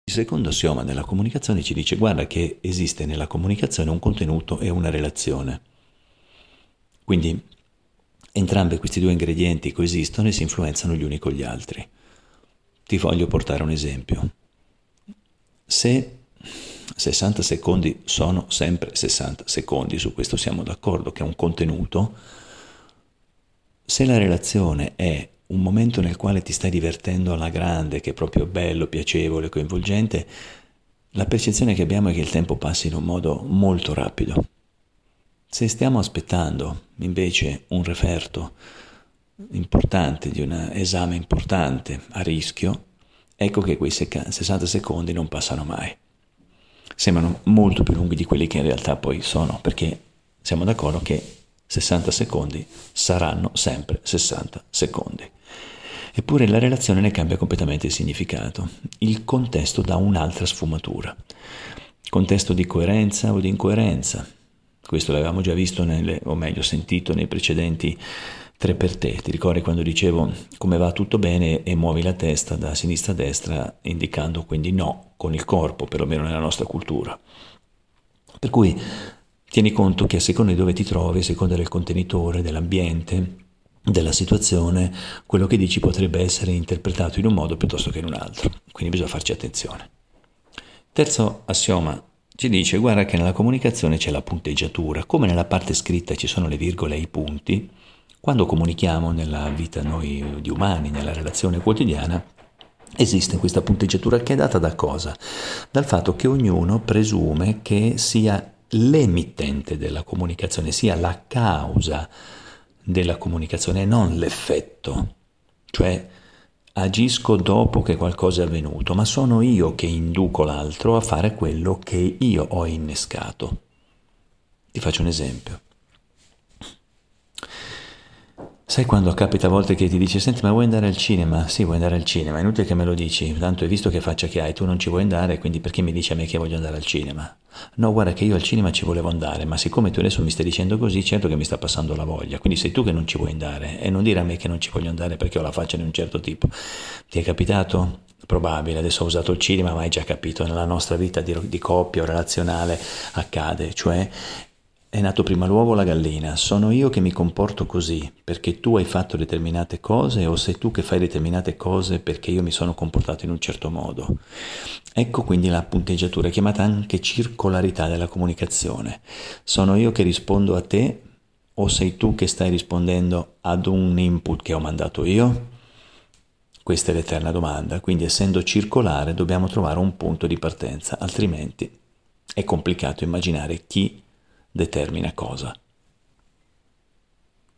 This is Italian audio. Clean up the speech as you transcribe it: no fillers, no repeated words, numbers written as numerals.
Il secondo assioma della comunicazione ci dice: guarda che esiste nella comunicazione un contenuto e una relazione. Quindi entrambi questi due ingredienti coesistono e si influenzano gli uni con gli altri. Ti voglio portare un esempio. Se 60 secondi sono sempre 60 secondi, su questo siamo d'accordo che è un contenuto, se la relazione è un momento nel quale ti stai divertendo alla grande, che è proprio bello, piacevole, coinvolgente, la percezione che abbiamo è che il tempo passi in un modo molto rapido. Se stiamo aspettando invece un referto importante, di un esame importante a rischio, ecco che quei 60 secondi non passano mai. Sembrano molto più lunghi di quelli che in realtà poi sono, perché siamo d'accordo che 60 secondi saranno sempre 60 secondi. Eppure la relazione ne cambia completamente il significato. Il contesto dà un'altra sfumatura. Contesto di coerenza o di incoerenza. Questo l'avevamo già visto, o meglio sentito nei precedenti 3 per te. Ti ricordi quando dicevo come va tutto bene e muovi la testa da sinistra a destra, indicando quindi no con il corpo, perlomeno nella nostra cultura. Per cui tieni conto che a seconda di dove ti trovi, a seconda del contenitore, dell'ambiente, della situazione, quello che dici potrebbe essere interpretato in un modo piuttosto che in un altro. Quindi bisogna farci attenzione. Terzo assioma ci dice: guarda che nella comunicazione c'è la punteggiatura, come nella parte scritta ci sono le virgole e i punti. Quando comunichiamo nella vita noi di umani, nella relazione quotidiana, esiste questa punteggiatura che è data da cosa? Dal fatto che ognuno presume che sia l'emittente della comunicazione, sia la causa della comunicazione, non l'effetto. Cioè agisco dopo che qualcosa è avvenuto, ma sono io che induco l'altro a fare quello che io ho innescato. Ti faccio un esempio. Sai quando capita a volte che ti dice: senti, ma vuoi andare al cinema? Sì, vuoi andare al cinema, è inutile che me lo dici, tanto hai visto che faccia che hai, tu non ci vuoi andare, quindi perché mi dici a me che voglio andare al cinema? No, guarda che io al cinema ci volevo andare, ma siccome tu adesso mi stai dicendo così, certo che mi sta passando la voglia, quindi sei tu che non ci vuoi andare, e non dire a me che non ci voglio andare perché ho la faccia di un certo tipo. Ti è capitato? Probabile, adesso ho usato il cinema, ma hai già capito, nella nostra vita di coppia o relazionale accade, cioè è nato prima l'uovo o la gallina? Sono io che mi comporto così perché tu hai fatto determinate cose, o sei tu che fai determinate cose perché io mi sono comportato in un certo modo? Ecco quindi la punteggiatura, è chiamata anche circolarità della comunicazione. Sono io che rispondo a te o sei tu che stai rispondendo ad un input che ho mandato io? Questa è l'eterna domanda, quindi essendo circolare dobbiamo trovare un punto di partenza, altrimenti è complicato immaginare chi determina cosa.